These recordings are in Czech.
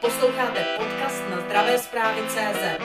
Posloucháte podcast na zdravésprávy.cz.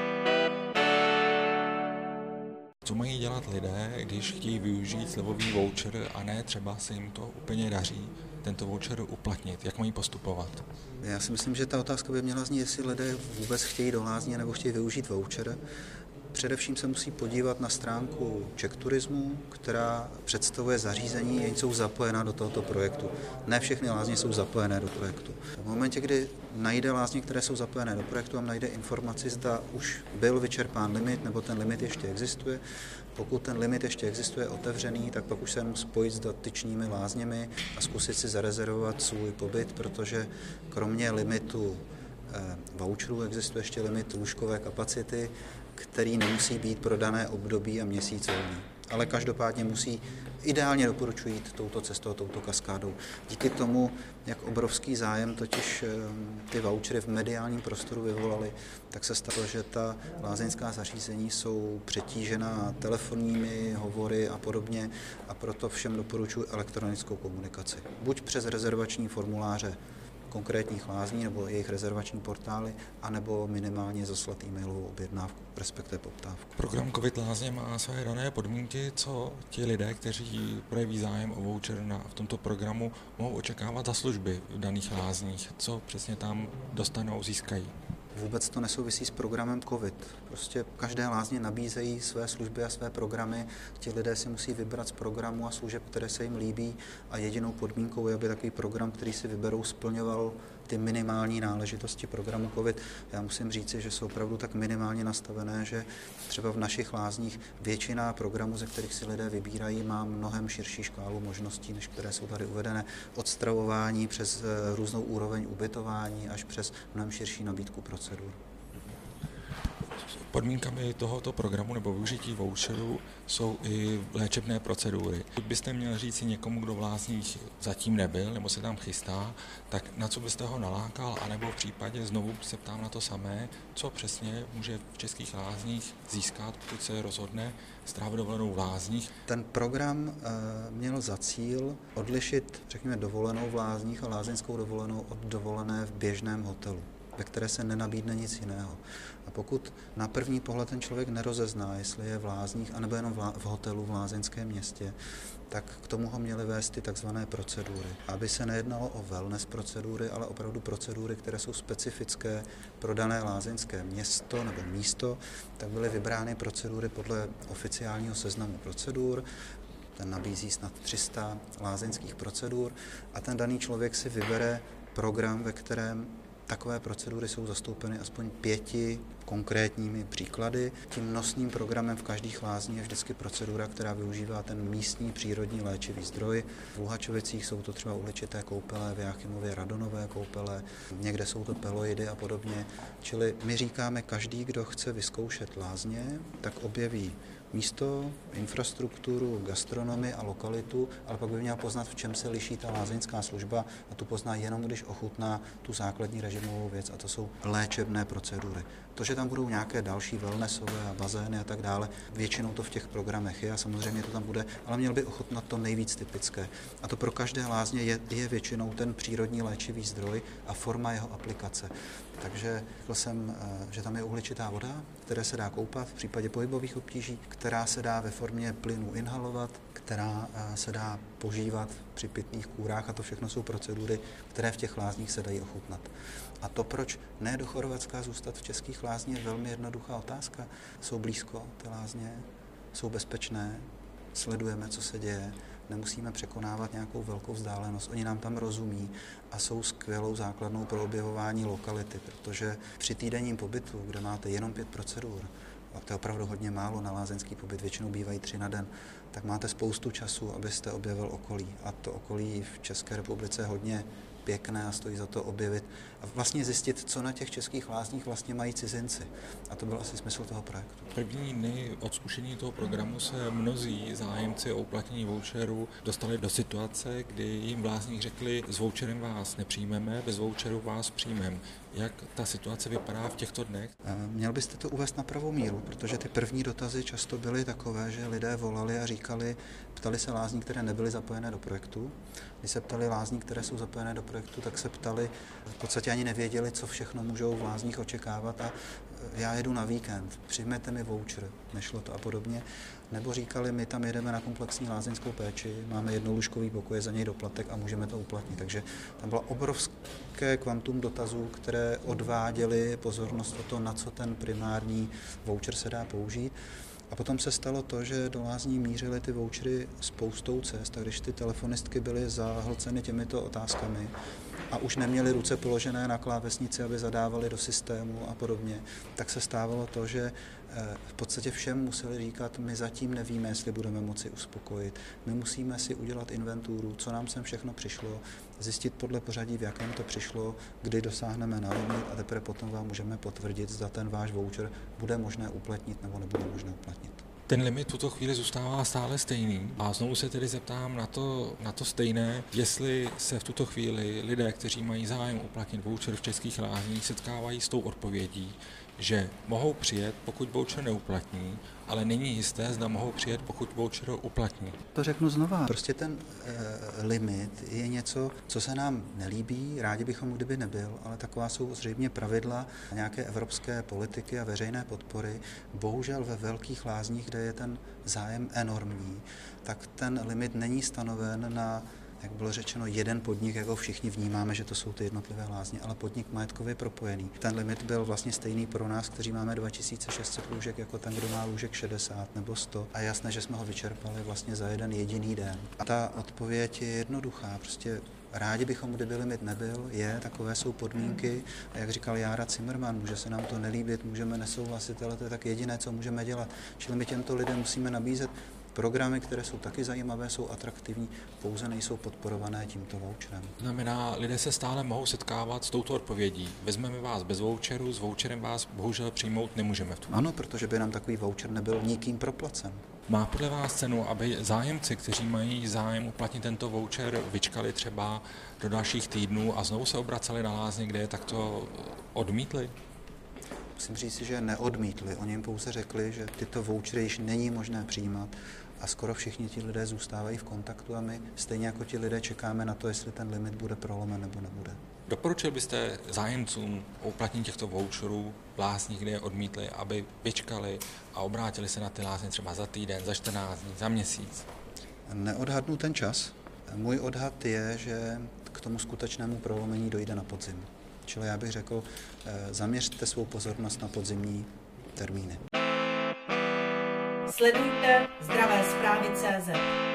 Co mají dělat lidé, když chtějí využít slevový voucher a ne třeba se jim to úplně daří tento voucher uplatnit? Jak mají postupovat? Já si myslím, že ta otázka by měla znít, jestli lidé vůbec chtějí do lázně nebo chtějí využít voucher. Především se musí podívat na stránku CzechTurismu, která představuje zařízení, jež jsou zapojená do tohoto projektu. Ne všechny lázně jsou zapojené do projektu. V momentě, kdy najde lázně, které jsou zapojené do projektu a najde informaci, zda už byl vyčerpán limit nebo ten limit ještě existuje. Pokud ten limit ještě existuje otevřený, tak pak už se musí spojit s dotyčnými lázněmi a zkusit si zarezervovat svůj pobyt, protože kromě limitu voucherů existuje ještě limit lůžkové kapacity, který nemusí být pro dané období a měsíc volný. Ale každopádně musí ideálně doporučuji jít touto cestou, touto kaskádou. Díky tomu, jak obrovský zájem totiž ty vouchery v mediálním prostoru vyvolaly, tak se stalo, že ta lázeňská zařízení jsou přetížená telefonními hovory a podobně a proto všem doporučuji elektronickou komunikaci. Buď přes rezervační formuláře konkrétních lázní nebo jejich rezervační portály, anebo minimálně zaslat e-mailovou objednávku, respektive poptávku. Program COVID lázně má své dané podmínky, co ti lidé, kteří projeví zájem o voucher v tomto programu, mohou očekávat za služby v daných lázních, co přesně tam dostanou, získají. Vůbec to nesouvisí s programem COVID. Prostě každé lázně nabízejí své služby a své programy. Ti lidé si musí vybrat z programu a služeb, které se jim líbí a jedinou podmínkou je, aby takový program, který si vyberou, splňoval ty minimální náležitosti programu COVID. Já musím říci, že jsou opravdu tak minimálně nastavené, že třeba v našich lázních většina programů, ze kterých si lidé vybírají, má mnohem širší škálu možností, než které jsou tady uvedené. Od stravování přes různou úroveň ubytování až přes mnohem širší nabídku procedur. Podmínkami tohoto programu nebo využití voucherů jsou i léčebné procedury. Pokud byste měl říct někomu, kdo v lázních zatím nebyl nebo se tam chystá, tak na co byste ho nalákal, anebo v případě znovu se ptám na to samé, co přesně může v českých lázních získat, pokud se rozhodne strávit dovolenou v lázních. Ten program měl za cíl odlišit, řekněme, dovolenou v lázních a lázeňskou dovolenou od dovolené v běžném hotelu, ve které se nenabídne nic jiného. A pokud na první pohled ten člověk nerozezná, jestli je v lázních, anebo jenom v hotelu v lázeňském městě, tak k tomu ho měly vést ty takzvané procedury. Aby se nejednalo o wellness procedury, ale opravdu procedury, které jsou specifické pro dané lázeňské město nebo místo, tak byly vybrány procedury podle oficiálního seznamu procedur. Ten nabízí snad 300 lázeňských procedur a ten daný člověk si vybere program, ve kterém takové procedury jsou zastoupeny aspoň 5 konkrétními příklady. Tím nosným programem v každých lázní je vždycky procedura, která využívá ten místní přírodní léčivý zdroj. V Luhačovicích jsou to třeba uhličité koupele, v Jáchymově radonové koupele, někde jsou to peloidy a podobně. Čili my říkáme, každý, kdo chce vyzkoušet lázně, tak objeví místo, infrastrukturu, gastronomii a lokalitu, ale pak by měl poznat, v čem se liší ta lázeňská služba a tu pozná jenom, když ochutná tu základní režimovou věc a to jsou léčebné procedury. To, že tam budou nějaké další wellnessové a bazény a tak dále, většinou to v těch programech je a samozřejmě to tam bude, ale měl by ochutnat to nejvíc typické. A to pro každé lázně je většinou ten přírodní léčivý zdroj a forma jeho aplikace. Takže řekl jsem, že tam je uhličitá voda, které se dá koupat v případě pohybových obtíží, která se dá ve formě plynu inhalovat, která se dá požívat při pitných kůrách a to všechno jsou procedury, které v těch lázních se dají ochutnat. A to, proč ne do Chorvatska zůstat v českých lázních, je velmi jednoduchá otázka. Jsou blízko ty lázně, jsou bezpečné, sledujeme, co se děje, nemusíme překonávat nějakou velkou vzdálenost. Oni nám tam rozumí a jsou skvělou základnou pro objevování lokality, protože při týdenním pobytu, kde máte jenom 5 procedur, a to je opravdu hodně málo na lázeňský pobyt, většinou bývají 3 na den, tak máte spoustu času, abyste objevil okolí. A to okolí v České republice je hodně pěkné a stojí za to objevit a vlastně zjistit, co na těch českých lázních vlastně mají cizinci. A to byl asi smysl toho projektu. První dny od spuštění toho programu se mnozí zájemci o uplatnění voucheru dostali do situace, kdy jim v lázních řekli, s voucherem vás nepřijmeme, bez voucheru vás přijmeme. jak ta situace vypadá v těchto dnech? Měl byste to uvést na pravou míru, protože ty první dotazy často byly takové, že lidé volali a ptali se lázní, které nebyly zapojené do projektu. Když se ptali lázní, které jsou zapojené do projektu, tak se ptali, v podstatě ani nevěděli, co všechno můžou v lázních očekávat a já jedu na víkend, přijměte mi voucher, nešlo to a podobně. Nebo říkali, my tam jedeme na komplexní lázeňskou péči, máme jednolůžkový pokoj, za něj doplatek a můžeme to uplatnit. Takže tam bylo obrovské kvantum dotazů, které odváděly pozornost o to, na co ten primární voucher se dá použít. A potom se stalo to, že do lázní mířily ty vouchery spoustou cest a když ty telefonistky byly zahlceny těmito otázkami a už neměli ruce položené na klávesnici, aby zadávali do systému a podobně, tak se stávalo to, že v podstatě všem museli říkat, my zatím nevíme, jestli budeme moci uspokojit. My musíme si udělat inventuru, co nám sem všechno přišlo, zjistit podle pořadí, v jakém to přišlo, kdy dosáhneme na limit a teprve potom vám můžeme potvrdit, zda ten váš voucher bude možné uplatnit nebo nebude možné uplatnit. Ten limit v tuto chvíli zůstává stále stejný a znovu se tedy zeptám na to stejné, jestli se v tuto chvíli lidé, kteří mají zájem uplatnit voucher v českých lázních, setkávají s tou odpovědí, že mohou přijet, pokud voucher neuplatní, ale není jisté, zda mohou přijet, pokud voucher uplatní. To řeknu znova. Prostě ten limit je něco, co se nám nelíbí, rádi bychom, kdyby nebyl, ale taková jsou zřejmě pravidla nějaké evropské politiky a veřejné podpory. Bohužel ve velkých lázních, kde je ten zájem enormní, tak ten limit není stanoven na, jak bylo řečeno, jeden podnik, jako všichni vnímáme, že to jsou ty jednotlivé lázně, ale podnik majetkově propojený. Ten limit byl vlastně stejný pro nás, kteří máme 2600 lůžek, jako ten, kdo má lůžek 60 nebo 100. A jasné, že jsme ho vyčerpali vlastně za jeden jediný den. A ta odpověď je jednoduchá, prostě rádi bychom, kdyby limit nebyl, takové jsou podmínky. A jak říkal Jára Zimmerman, může se nám to nelíbit, můžeme nesouhlasit, ale to je tak jediné, co můžeme dělat. Čili my těmto lidem musíme nabízet programy, které jsou taky zajímavé, jsou atraktivní, pouze nejsou podporované tímto voucherem. Znamená, lidé se stále mohou setkávat s touto odpovědí. Vezmeme vás bez voucheru, s voucherem vás bohužel přijmout nemůžeme v tom. Ano, protože by nám takový voucher nebyl nikým proplacen. Má podle vás cenu, aby zájemci, kteří mají zájem uplatnit tento voucher, vyčkali třeba do dalších týdnů a znovu se obraceli na lázně, kde je takto odmítli? Musím říct, že neodmítli. Oni jim pouze řekli, že tyto vouchery již není možné přijímat a skoro všichni ti lidé zůstávají v kontaktu a my stejně jako ti lidé čekáme na to, jestli ten limit bude prolomen nebo nebude. Doporučil byste zájemcům o uplatnění těchto voucherů v lázních, kde je odmítli, aby vyčkali a obrátili se na ty lázně třeba za týden, za 14 dní, za měsíc? Neodhadnu ten čas. Můj odhad je, že k tomu skutečnému prolomení dojde na podzim. Čili já bych řekl, zaměřte svou pozornost na podzimní termíny. Sledujte Zdravé zprávy.cz.